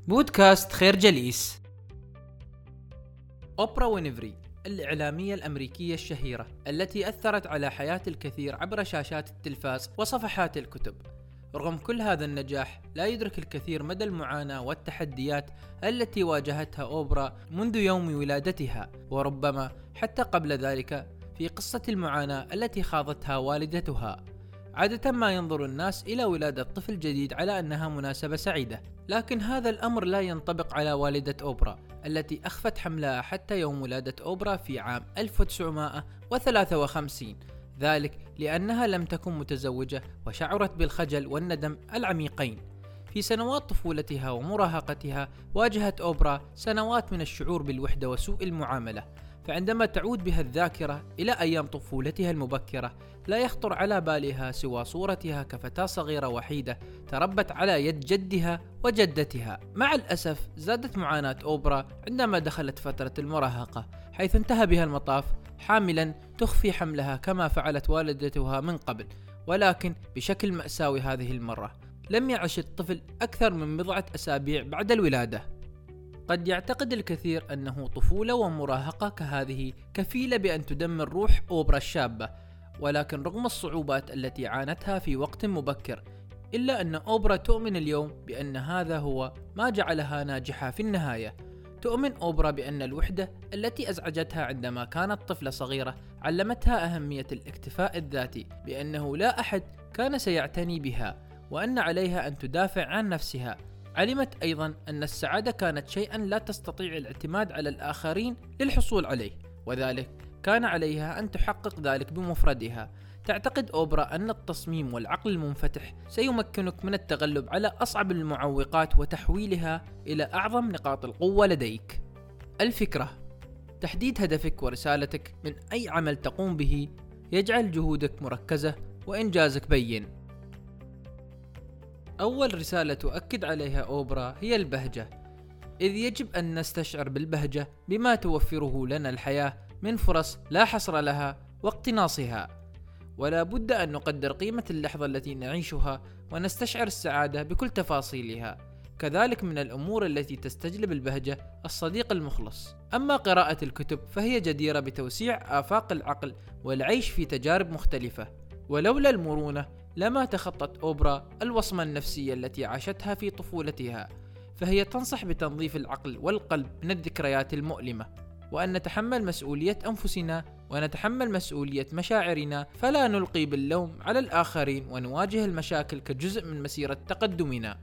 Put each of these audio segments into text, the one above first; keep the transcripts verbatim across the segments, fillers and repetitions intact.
بودكاست خير جليس. أوبرا وينفري الإعلامية الأمريكية الشهيرة التي أثرت على حياة الكثير عبر شاشات التلفاز وصفحات الكتب. رغم كل هذا النجاح لا يدرك الكثير مدى المعاناة والتحديات التي واجهتها أوبرا منذ يوم ولادتها، وربما حتى قبل ذلك في قصة المعاناة التي خاضتها والدتها. عادة ما ينظر الناس إلى ولادة طفل جديد على أنها مناسبة سعيدة، لكن هذا الأمر لا ينطبق على والدة أوبرا التي أخفت حملها حتى يوم ولادة أوبرا في عام ألف وتسعمائة وثلاثة وخمسين، ذلك لأنها لم تكن متزوجة وشعرت بالخجل والندم العميقين. في سنوات طفولتها ومراهقتها واجهت أوبرا سنوات من الشعور بالوحدة وسوء المعاملة، فعندما تعود بها الذاكرة إلى أيام طفولتها المبكرة لا يخطر على بالها سوى صورتها كفتاة صغيرة وحيدة تربت على يد جدها وجدتها. مع الأسف زادت معاناة أوبرا عندما دخلت فترة المراهقة، حيث انتهى بها المطاف حاملا تخفي حملها كما فعلت والدتها من قبل، ولكن بشكل مأساوي هذه المرة. لم يعش الطفل أكثر من بضعة أسابيع بعد الولادة. قد يعتقد الكثير أنه طفولة ومراهقة كهذه كفيلة بأن تدمر روح أوبرا الشابة، ولكن رغم الصعوبات التي عانتها في وقت مبكر، إلا أن أوبرا تؤمن اليوم بأن هذا هو ما جعلها ناجحة في النهاية. تؤمن أوبرا بأن الوحدة التي أزعجتها عندما كانت طفلة صغيرة علمتها أهمية الاكتفاء الذاتي، بأنه لا أحد كان سيعتني بها، وأن عليها أن تدافع عن نفسها. علمت أيضا أن السعادة كانت شيئا لا تستطيع الاعتماد على الآخرين للحصول عليه، وذلك كان عليها أن تحقق ذلك بمفردها. تعتقد أوبرا أن التصميم والعقل المنفتح سيمكنك من التغلب على أصعب المعوقات وتحويلها إلى أعظم نقاط القوة لديك. الفكرة: تحديد هدفك ورسالتك من أي عمل تقوم به يجعل جهودك مركزة وإنجازك بين. أول رسالة تؤكد عليها أوبرا هي البهجة، إذ يجب أن نستشعر بالبهجة بما توفره لنا الحياة من فرص لا حصر لها واقتناصها، ولا بد أن نقدر قيمة اللحظة التي نعيشها ونستشعر السعادة بكل تفاصيلها. كذلك من الأمور التي تستجلب البهجة الصديق المخلص. أما قراءة الكتب فهي جديرة بتوسيع آفاق العقل والعيش في تجارب مختلفة، ولولا المرونة لما تخطت أوبرا الوصمة النفسية التي عاشتها في طفولتها. فهي تنصح بتنظيف العقل والقلب من الذكريات المؤلمة، وأن نتحمل مسؤولية أنفسنا ونتحمل مسؤولية مشاعرنا، فلا نلقي باللوم على الآخرين ونواجه المشاكل كجزء من مسيرة تقدمنا.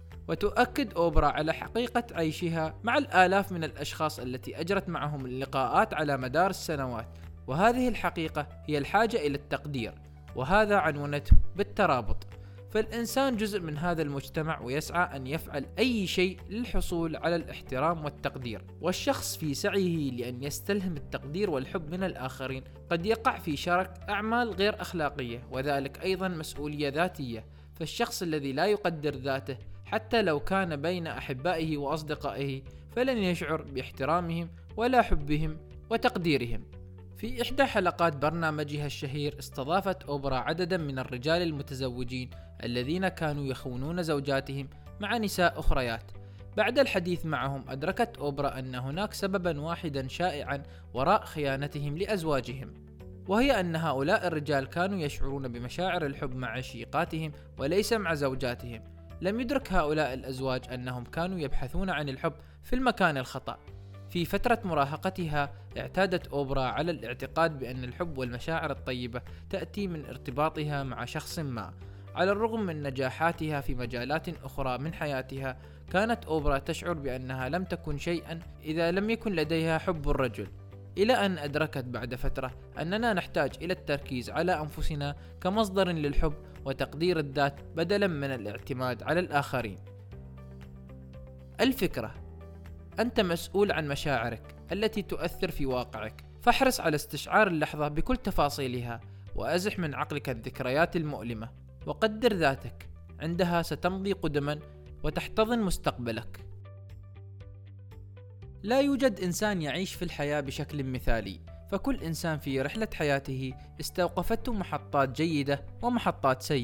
وتؤكد أوبرا على حقيقة عيشها مع الآلاف من الأشخاص التي أجرت معهم اللقاءات على مدار السنوات، وهذه الحقيقة هي الحاجة إلى التقدير، وهذا عنونته بالترابط. فالإنسان جزء من هذا المجتمع ويسعى أن يفعل أي شيء للحصول على الاحترام والتقدير، والشخص في سعيه لأن يستلهم التقدير والحب من الآخرين قد يقع في شرك أعمال غير أخلاقية، وذلك أيضا مسؤولية ذاتية. فالشخص الذي لا يقدر ذاته حتى لو كان بين أحبائه وأصدقائه فلن يشعر باحترامهم ولا حبهم وتقديرهم. في إحدى حلقات برنامجها الشهير استضافت أوبرا عددا من الرجال المتزوجين الذين كانوا يخونون زوجاتهم مع نساء أخريات. بعد الحديث معهم أدركت أوبرا أن هناك سببا واحدا شائعا وراء خيانتهم لأزواجهم، وهي أن هؤلاء الرجال كانوا يشعرون بمشاعر الحب مع شقيقاتهم وليس مع زوجاتهم. لم يدرك هؤلاء الأزواج أنهم كانوا يبحثون عن الحب في المكان الخطأ. في فترة مراهقتها اعتادت أوبرا على الاعتقاد بأن الحب والمشاعر الطيبة تأتي من ارتباطها مع شخص ما. على الرغم من نجاحاتها في مجالات أخرى من حياتها، كانت أوبرا تشعر بأنها لم تكن شيئا إذا لم يكن لديها حب الرجل، إلى أن أدركت بعد فترة أننا نحتاج إلى التركيز على أنفسنا كمصدر للحب وتقدير الذات بدلا من الاعتماد على الآخرين. الفكرة: أنت مسؤول عن مشاعرك التي تؤثر في واقعك، فاحرص على استشعار اللحظة بكل تفاصيلها، وأزح من عقلك الذكريات المؤلمة، وقدر ذاتك، عندها ستمضي قدما وتحتضن مستقبلك. لا يوجد إنسان يعيش في الحياة بشكل مثالي، فكل إنسان في رحلة حياته استوقفته محطات جيدة ومحطات سيئة،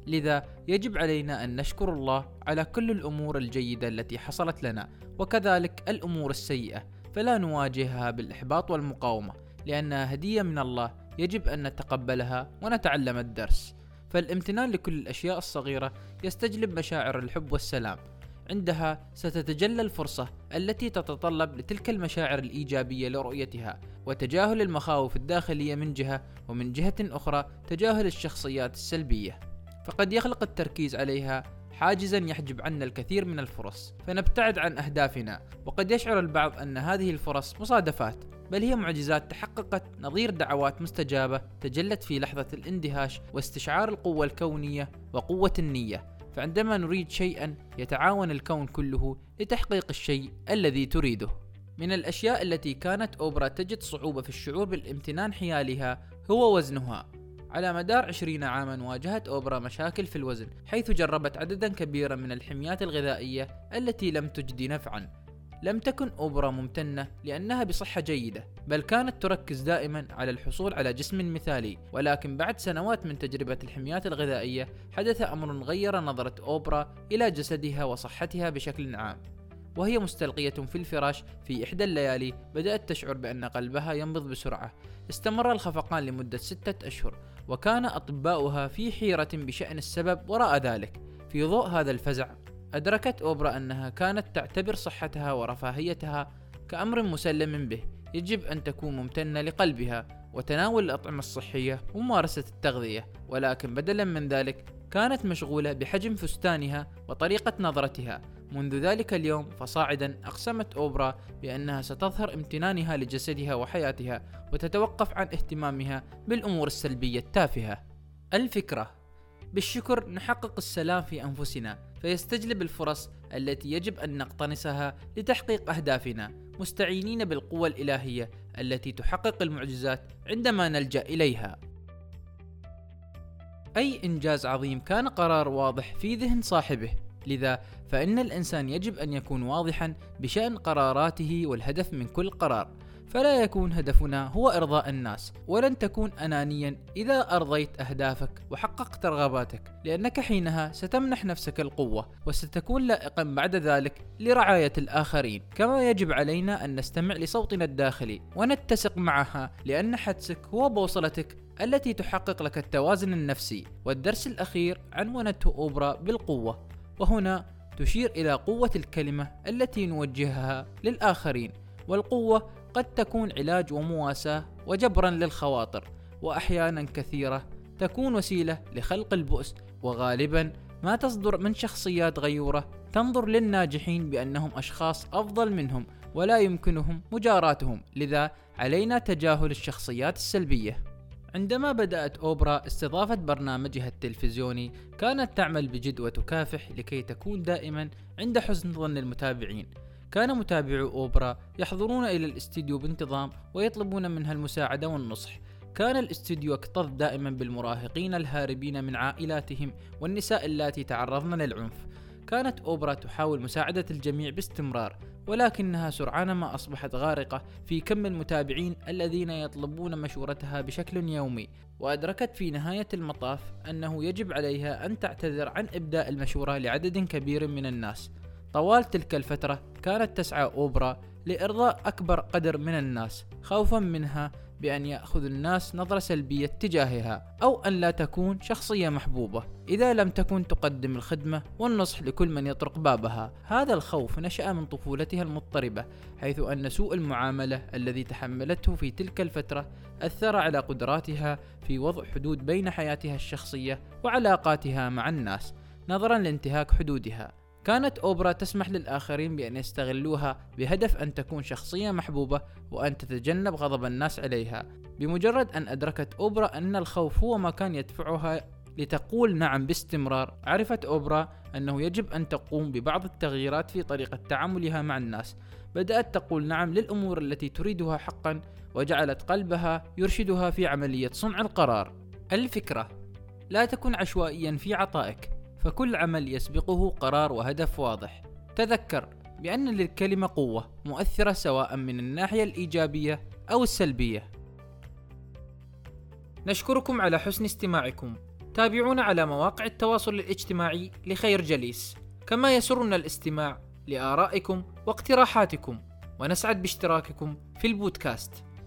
لذا يجب علينا أن نشكر الله على كل الأمور الجيدة التي حصلت لنا، وكذلك الأمور السيئة، فلا نواجهها بالإحباط والمقاومة، لأنها هدية من الله يجب أن نتقبلها ونتعلم الدرس. فالامتنان لكل الأشياء الصغيرة يستجلب مشاعر الحب والسلام. عندها ستتجلى الفرصة التي تتطلب لتلك المشاعر الإيجابية لرؤيتها، وتجاهل المخاوف الداخلية من جهة، ومن جهة أخرى تجاهل الشخصيات السلبية، فقد يخلق التركيز عليها حاجزا يحجب عنا الكثير من الفرص، فنبتعد عن أهدافنا. وقد يشعر البعض أن هذه الفرص مصادفات، بل هي معجزات تحققت نظير دعوات مستجابة تجلت في لحظة الاندهاش واستشعار القوة الكونية وقوة النية. فعندما نريد شيئا يتعاون الكون كله لتحقيق الشيء الذي تريده. من الأشياء التي كانت أوبرا تجد صعوبة في الشعور بالامتنان حيالها هو وزنها. على مدار عشرين عاما واجهت أوبرا مشاكل في الوزن، حيث جربت عددا كبيرا من الحميات الغذائية التي لم تجدي نفعا. لم تكن أوبرا ممتنة لأنها بصحة جيدة، بل كانت تركز دائما على الحصول على جسم مثالي. ولكن بعد سنوات من تجربة الحميات الغذائية حدث أمر غير نظرة أوبرا إلى جسدها وصحتها بشكل عام. وهي مستلقية في الفراش في إحدى الليالي بدأت تشعر بأن قلبها ينبض بسرعة. استمر الخفقان لمدة ستة أشهر، وكان أطباؤها في حيرة بشأن السبب وراء ذلك. في ضوء هذا الفزع أدركت أوبرا أنها كانت تعتبر صحتها ورفاهيتها كأمر مسلم به، يجب أن تكون ممتنة لقلبها وتناول الأطعمة الصحية وممارسة التغذية. ولكن بدلا من ذلك كانت مشغولة بحجم فستانها وطريقة نظرتها. منذ ذلك اليوم فصاعدا أقسمت أوبرا بأنها ستظهر امتنانها لجسدها وحياتها، وتتوقف عن اهتمامها بالأمور السلبية التافهة. الفكرة: بالشكر نحقق السلام في أنفسنا، فيستجلب الفرص التي يجب أن نقتنصها لتحقيق أهدافنا، مستعينين بالقوة الإلهية التي تحقق المعجزات عندما نلجأ إليها. أي إنجاز عظيم كان قرار واضح في ذهن صاحبه، لذا فإن الإنسان يجب أن يكون واضحا بشأن قراراته والهدف من كل قرار، فلا يكون هدفنا هو إرضاء الناس. ولن تكون أنانيا إذا أرضيت أهدافك وحققت رغباتك، لأنك حينها ستمنح نفسك القوة، وستكون لائقا بعد ذلك لرعاية الآخرين. كما يجب علينا أن نستمع لصوتنا الداخلي ونتسق معها، لأن حدسك هو بوصلتك التي تحقق لك التوازن النفسي. والدرس الأخير عنونته أوبرا بالقوة، وهنا تشير إلى قوة الكلمة التي نوجهها للآخرين. والقوة قد تكون علاج ومواساة وجبرا للخواطر، وأحيانا كثيرة تكون وسيلة لخلق البؤس، وغالبا ما تصدر من شخصيات غيورة تنظر للناجحين بأنهم أشخاص أفضل منهم ولا يمكنهم مجاراتهم. لذا علينا تجاهل الشخصيات السلبية. عندما بدأت أوبرا استضافة برنامجها التلفزيوني كانت تعمل بجد وتكافح لكي تكون دائما عند حسن ظن المتابعين. كان متابعو أوبرا يحضرون إلى الاستديو بانتظام ويطلبون منها المساعدة والنصح. كان الاستديو يكتظ دائما بالمراهقين الهاربين من عائلاتهم والنساء اللاتي تعرضن للعنف. كانت أوبرا تحاول مساعدة الجميع باستمرار، ولكنها سرعان ما أصبحت غارقة في كم المتابعين الذين يطلبون مشورتها بشكل يومي. وأدركت في نهاية المطاف أنه يجب عليها أن تعتذر عن إبداء المشورة لعدد كبير من الناس. طوال تلك الفترة كانت تسعى أوبرا لإرضاء أكبر قدر من الناس، خوفا منها بأن يأخذ الناس نظرة سلبية تجاهها، أو أن لا تكون شخصية محبوبة إذا لم تكن تقدم الخدمة والنصح لكل من يطرق بابها. هذا الخوف نشأ من طفولتها المضطربة، حيث أن سوء المعاملة الذي تحملته في تلك الفترة أثر على قدراتها في وضع حدود بين حياتها الشخصية وعلاقاتها مع الناس، نظرا لانتهاك حدودها. كانت أوبرا تسمح للآخرين بأن يستغلوها بهدف أن تكون شخصية محبوبة وأن تتجنب غضب الناس عليها. بمجرد أن أدركت أوبرا أن الخوف هو ما كان يدفعها لتقول نعم باستمرار، عرفت أوبرا أنه يجب أن تقوم ببعض التغييرات في طريقة تعاملها مع الناس. بدأت تقول نعم للأمور التي تريدها حقا، وجعلت قلبها يرشدها في عملية صنع القرار. الفكرة: لا تكن عشوائيا في عطائك، فكل عمل يسبقه قرار وهدف واضح. تذكر بأن للكلمة قوة مؤثرة سواء من الناحية الإيجابية أو السلبية. نشكركم على حسن استماعكم، تابعونا على مواقع التواصل الاجتماعي لخير جليس، كما يسرنا الاستماع لآرائكم واقتراحاتكم، ونسعد باشتراككم في البودكاست.